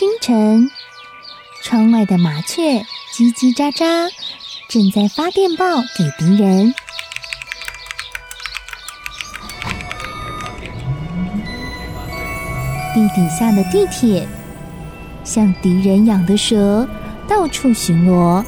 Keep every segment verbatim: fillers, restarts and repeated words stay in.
清晨，窗外的麻雀叽叽喳喳，正在发电报给敌人。地底下的地铁，像敌人养的蛇，到处巡逻。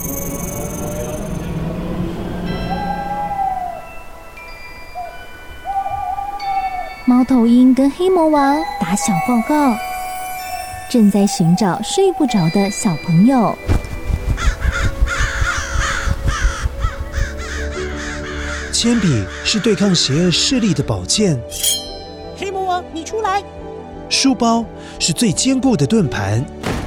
猫头鹰跟黑魔王打小报告，正在寻找睡不着的小朋友。 铅笔是对抗邪恶势力的宝剑， 黑魔王，你出来！ 书包是最坚固的盾牌，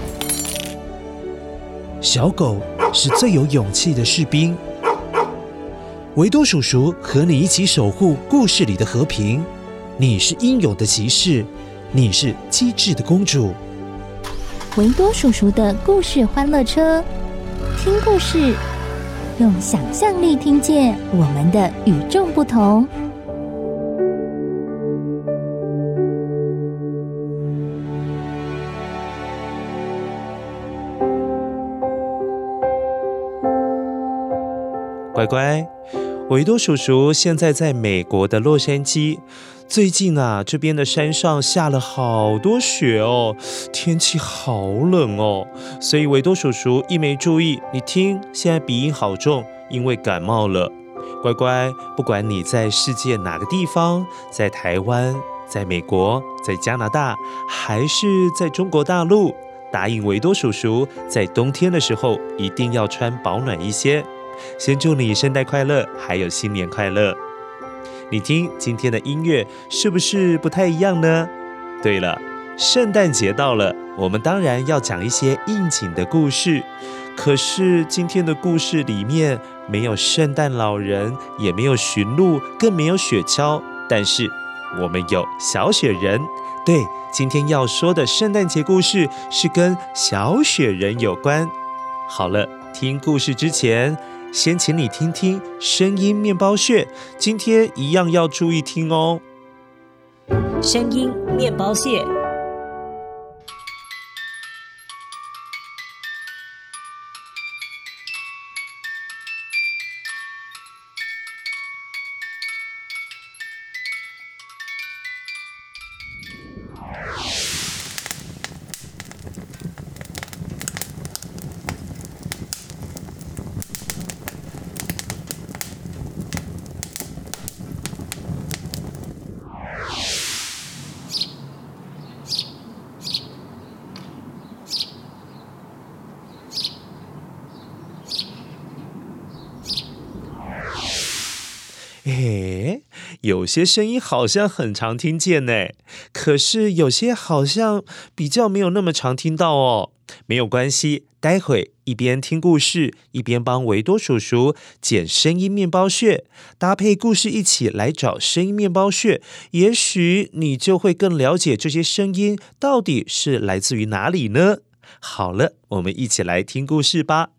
小狗是最有勇气的士兵。维多叔叔和你一起守护故事里的和平。你是英勇的骑士，你是机智的公主。 维多叔叔的故事欢乐车，听故事，用想象力听见我们的与众不同。 乖乖，维多叔叔现在在美国的洛杉矶。最近啊，这边的山上下了好多雪哦，天气好冷哦，所以维多叔叔一没注意，你听，现在鼻音好重，因为感冒了。乖乖，不管你在世界哪个地方，在台湾，在美国，在加拿大，还是在中国大陆，答应维多叔叔，在冬天的时候一定要穿保暖一些。先祝你圣诞快乐，还有新年快乐。你听今天的音乐是不是不太一样呢？对了，圣诞节到了，我们当然要讲一些应景的故事。可是今天的故事里面没有圣诞老人，也没有驯鹿，更没有雪橇，但是我们有小雪人。对，今天要说的圣诞节故事是跟小雪人有关。好了，听故事之前，先请你听听声音面包屑，今天一样要注意听哦。 声音面包屑。 诶，有些声音好像很常听见呢，可是有些好像比较没有那么常听到哦。没有关系，待会一边听故事，一边帮维多叔叔捡声音面包屑，搭配故事一起来找声音面包屑，也许你就会更了解这些声音到底是来自于哪里呢？好了，我们一起来听故事吧。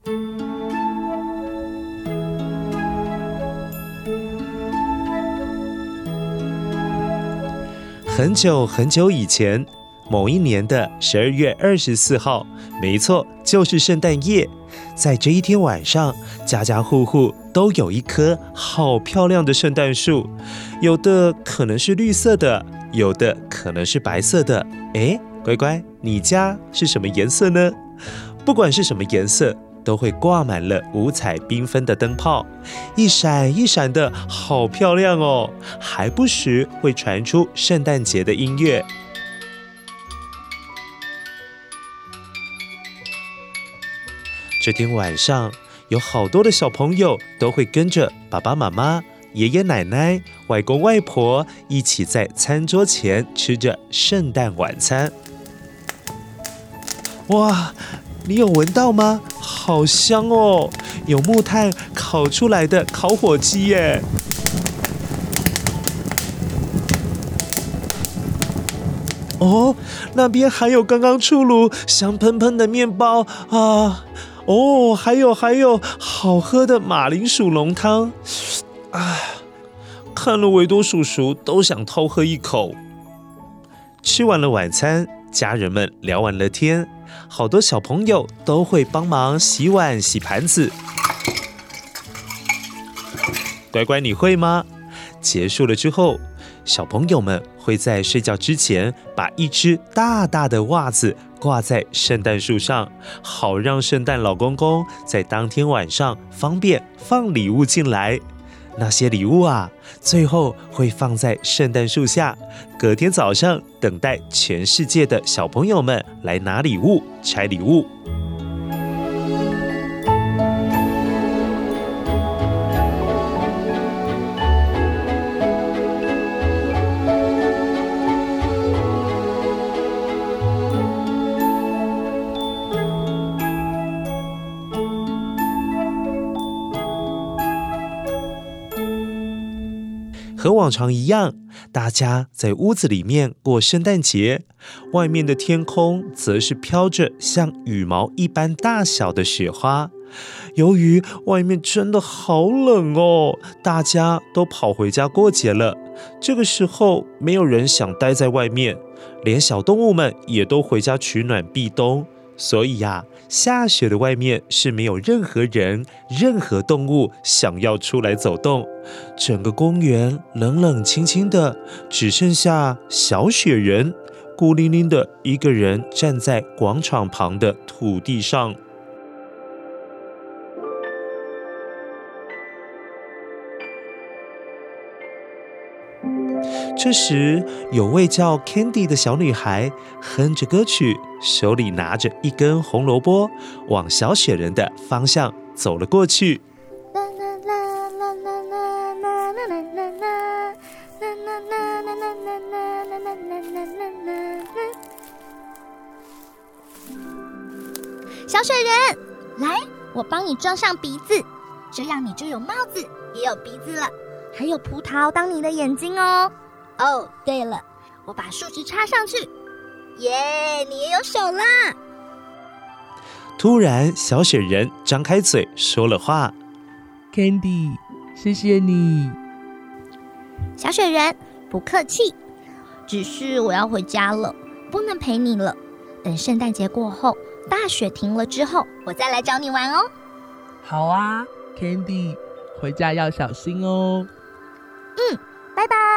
很久很久以前，某一年的十二月二十四号，没错，就是圣诞夜。在这一天晚上，家家户户都有一棵好漂亮的圣诞树，有的可能是绿色的，有的可能是白色的。诶，乖乖，你家是什么颜色呢？不管是什么颜色，都会挂满了五彩缤纷的灯泡，一闪一闪的，好漂亮哦！还不时会传出圣诞节的音乐。这天晚上，有好多的小朋友都会跟着爸爸妈妈、爷爷奶奶、外公外婆一起在餐桌前吃着圣诞晚餐。哇！你有闻到吗？好香哦！有木炭烤出来的烤火鸡耶！哦，那边还有刚刚出炉香喷喷的面包啊！哦，还有还有好喝的马铃薯浓汤啊！看了维多叔叔都想偷喝一口。吃完了晚餐， 家人们聊完了天，好多小朋友都会帮忙洗碗洗盘子。乖乖，你会吗？结束了之后，小朋友们会在睡觉之前把一只大大的袜子挂在圣诞树上，好让圣诞老公公在当天晚上方便放礼物进来。那些礼物啊，最后会放在圣诞树下，隔天早上等待全世界的小朋友们来拿礼物、拆礼物。和往常一样，大家在屋子里面过圣诞节，外面的天空则是飘着像羽毛一般大小的雪花。由于外面真的好冷哦，大家都跑回家过节了。这个时候，没有人想待在外面，连小动物们也都回家取暖避冬。所以呀，下雪的外面是没有任何人、任何动物想要出来走动。整个公园冷冷清清的，只剩下小雪人孤零零的一个人站在广场旁的土地上。这时，有位叫 Candy 的小女孩哼着歌曲，手里拿着一根红萝卜，往小雪人的方向走了过去。 小雪人，来，我帮你装上鼻子，这样你就有帽子，也有鼻子了，还有葡萄当你的眼睛哦。哦，对了，我把树枝插上去，耶，你也有手了。 突然，小雪人张开嘴说了话 ：“Candy， 谢谢你。” 小雪人，不客气，只是我要回家了，不能陪你了。等圣诞节过后，大雪停了之后，我再来找你玩哦。 好啊 ，Candy， 回家要小心哦。 嗯，拜拜。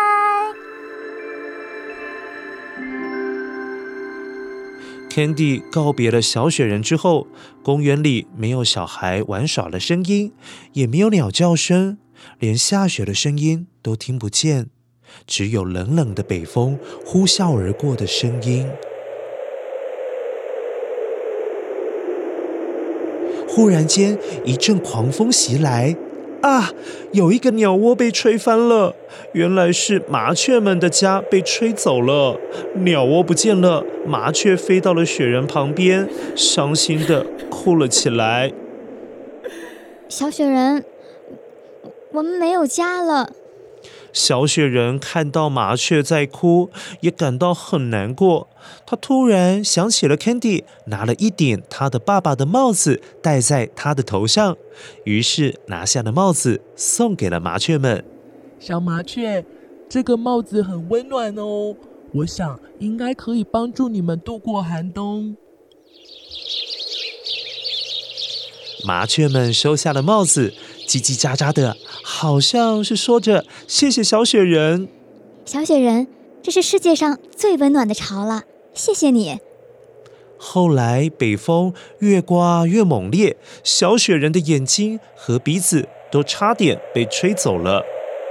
Candy 告别了小雪人之后，公园里没有小孩玩耍的声音，也没有鸟叫声，连下雪的声音都听不见，只有冷冷的北风呼啸而过的声音。忽然间，一阵狂风袭来，啊！有一个鸟窝被吹翻了，原来是麻雀们的家被吹走了。鸟窝不见了，麻雀飞到了雪人旁边，伤心的哭了起来。 小雪人，我们没有家了。 小雪人看到麻雀在哭，也感到很难过。他突然想起了 Candy 拿了一顶他的爸爸的帽子戴在他的头上，于是拿下了帽子送给了麻雀们。 小麻雀，这个帽子很温暖哦，我想应该可以帮助你们度过寒冬。 麻雀们收下了帽子，叽叽喳喳的，好像是说着谢谢小雪人。 小雪人，这是世界上最温暖的巢了，谢谢你。 后来北风越刮越猛烈，小雪人的眼睛和鼻子都差点被吹走了。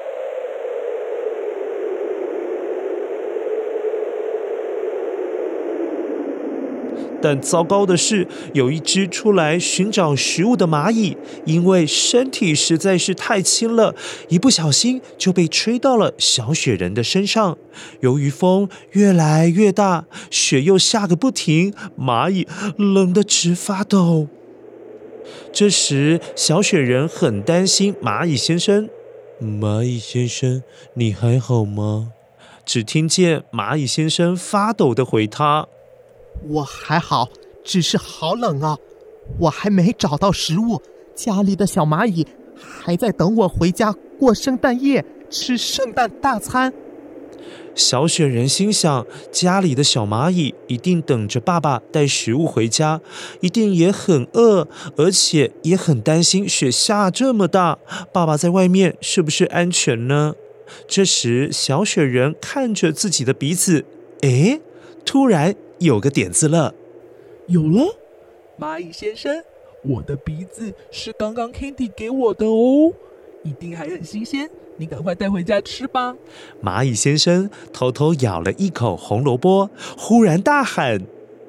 但糟糕的是，有一只出来寻找食物的蚂蚁，因为身体实在是太轻了，一不小心就被吹到了小雪人的身上。由于风越来越大，雪又下个不停，蚂蚁冷得直发抖。这时，小雪人很担心蚂蚁先生。蚂蚁先生，你还好吗？只听见蚂蚁先生发抖地回他。 我还好，只是好冷啊！我还没找到食物，家里的小蚂蚁还在等我回家过圣诞夜，吃圣诞大餐。 小雪人心想，家里的小蚂蚁一定等着爸爸带食物回家，一定也很饿，而且也很担心雪下这么大，爸爸在外面是不是安全呢？这时，小雪人看着自己的鼻子，诶，突然有个点子了。 有了，蚂蚁先生，我的鼻子是刚刚 Candy 给我的哦，一定还很新鲜，你赶快带回家吃吧。 蚂蚁先生偷偷咬了一口红萝卜，忽然大喊：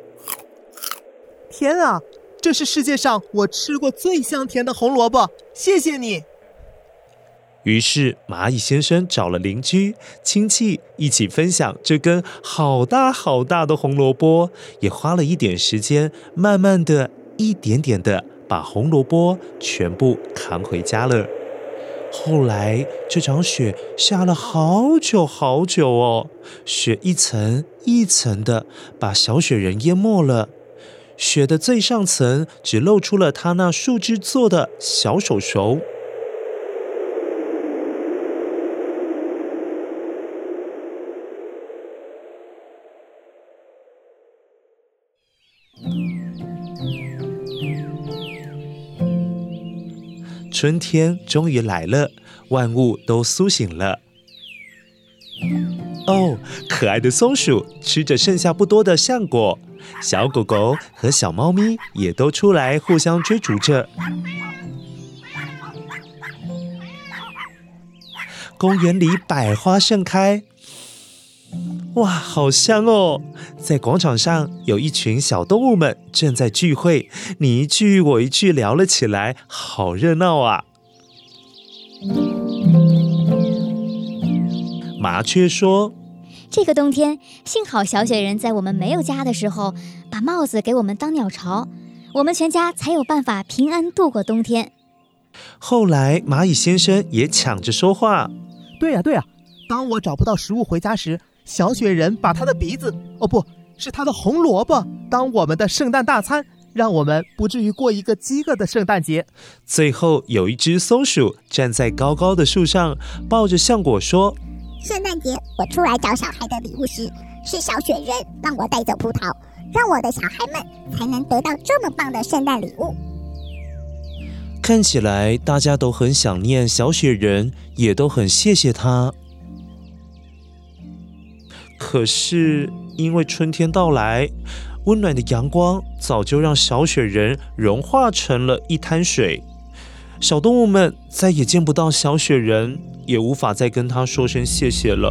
天啊，这是世界上我吃过最香甜的红萝卜，谢谢你。 于是蚂蚁先生找了邻居、亲戚一起分享这根好大好大的红萝卜，也花了一点时间，慢慢的一点点的把红萝卜全部扛回家了。后来这场雪下了好久好久哦，雪一层一层的把小雪人淹没了，雪的最上层只露出了他那树枝做的小手手。春天终于来了，万物都苏醒了。哦，可爱的松鼠吃着剩下不多的橡果，小狗狗和小猫咪也都出来互相追逐着。公园里百花盛开，哇，好香哦！在广场上有一群小动物们正在聚会，你一句我一句聊了起来，好热闹啊！麻雀说： 这个冬天，幸好小雪人在我们没有家的时候，把帽子给我们当鸟巢，我们全家才有办法平安度过冬天。 后来蚂蚁先生也抢着说话： 对呀对呀，当我找不到食物回家时，小雪人把他的鼻子，哦不是他的红萝卜，当我们的圣诞大餐，让我们不至于过一个饥饿的圣诞节。 最后有一只松鼠站在高高的树上，抱着橡果说： 圣诞节我出来找小孩的礼物时，是小雪人让我带走葡萄，让我的小孩们才能得到这么棒的圣诞礼物。 看起来大家都很想念小雪人，也都很谢谢他。可是因为春天到来，温暖的阳光早就让小雪人融化成了一滩水，小动物们再也见不到小雪人，也无法再跟他说声谢谢了。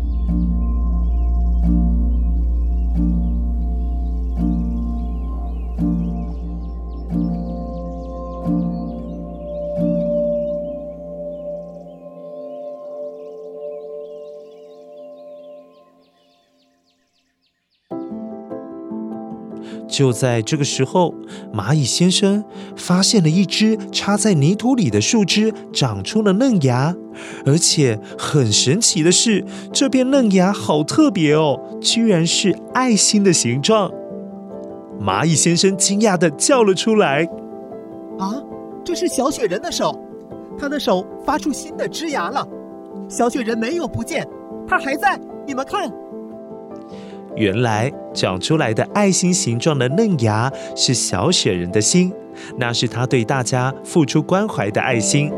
就在这个时候，蚂蚁先生发现了一只插在泥土里的树枝长出了嫩芽，而且很神奇的是，这片嫩芽好特别哦，居然是爱心的形状。蚂蚁先生惊讶地叫了出来： 啊，这是小雪人的手，他的手发出新的枝芽了。小雪人没有不见，他还在，你们看。 原来长出来的爱心形状的嫩芽是小雪人的心，那是他对大家付出关怀的爱心。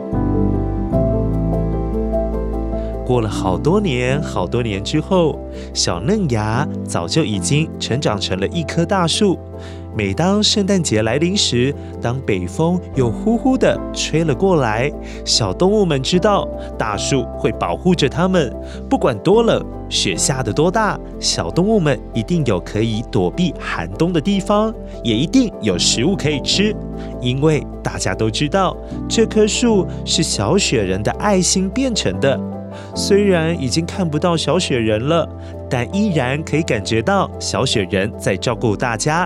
过了好多年好多年之后，小嫩芽早就已经成长成了一棵大树。每当圣诞节来临时，当北风又呼呼地吹了过来，小动物们知道大树会保护着它们，不管多冷，雪下得多大，小动物们一定有可以躲避寒冬的地方，也一定有食物可以吃，因为大家都知道这棵树是小雪人的爱心变成的。虽然已经看不到小雪人了，但依然可以感觉到小雪人在照顾大家。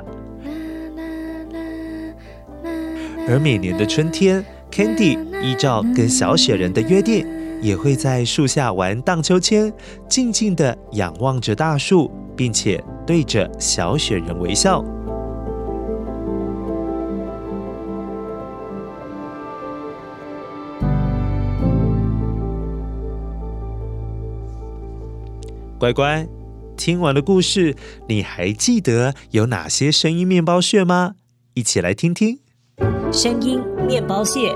而每年的春天 ，Candy 依照跟小雪人的约定，也会在树下玩荡秋千，静静地仰望着大树，并且对着小雪人微笑。 乖乖，听完了故事，你还记得有哪些声音面包屑吗？一起来听听。 声音面包屑。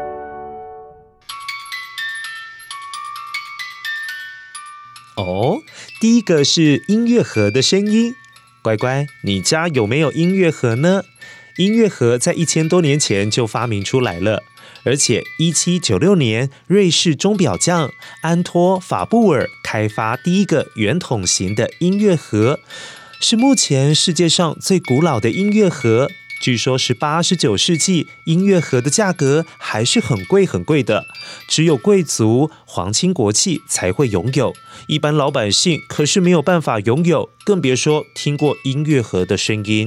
哦，第一个是音乐盒的声音。乖乖，你家有没有音乐盒呢？音乐盒在一千多年前就发明出来了，而且一七九六年，瑞士钟表匠安托·法布尔开发第一个圆筒形的音乐盒，是目前世界上最古老的音乐盒。据说十八、十九世纪音乐盒的价格还是很贵很贵的，只有贵族、皇亲国戚才会拥有，一般老百姓可是没有办法拥有，更别说听过音乐盒的声音。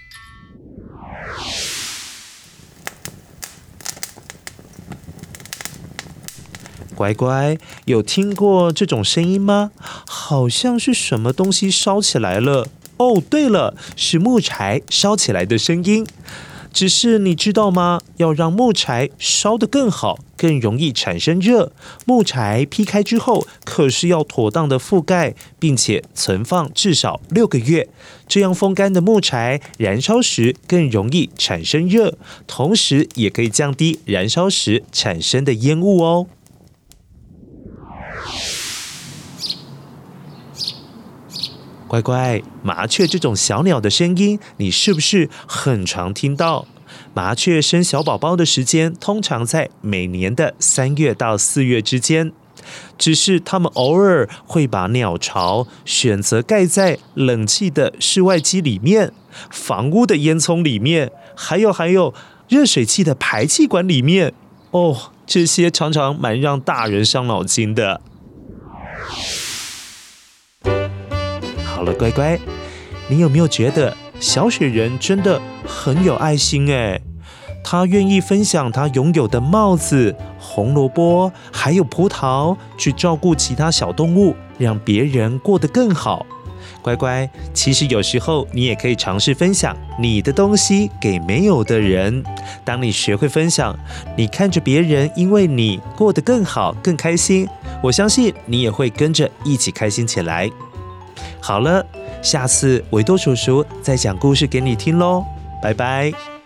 乖乖，有听过这种声音吗？好像是什么东西烧起来了。哦，对了，是木柴烧起来的声音。只是你知道吗？要让木柴烧得更好，更容易产生热，木柴劈开之后，可是要妥当的覆盖，并且存放至少六个月。这样风干的木柴燃烧时更容易产生热，同时也可以降低燃烧时产生的烟雾哦。乖乖，麻雀这种小鸟的声音，你是不是很常听到？麻雀生小宝宝的时间通常在每年的三月到四月之间，只是它们偶尔会把鸟巢选择盖在冷气的室外机里面、房屋的烟囱里面，还有还有热水器的排气管里面。哦，这些常常蛮让大人伤脑筋的。好了，乖乖，你有没有觉得小雪人真的很有爱心哎？他愿意分享他拥有的帽子、红萝卜还有葡萄，去照顾其他小动物，让别人过得更好。乖乖，其实有时候你也可以尝试分享你的东西给没有的人。当你学会分享，你看着别人因为你过得更好、更开心，我相信你也会跟着一起开心起来。好了，下次维多叔叔再讲故事给你听咯，拜拜。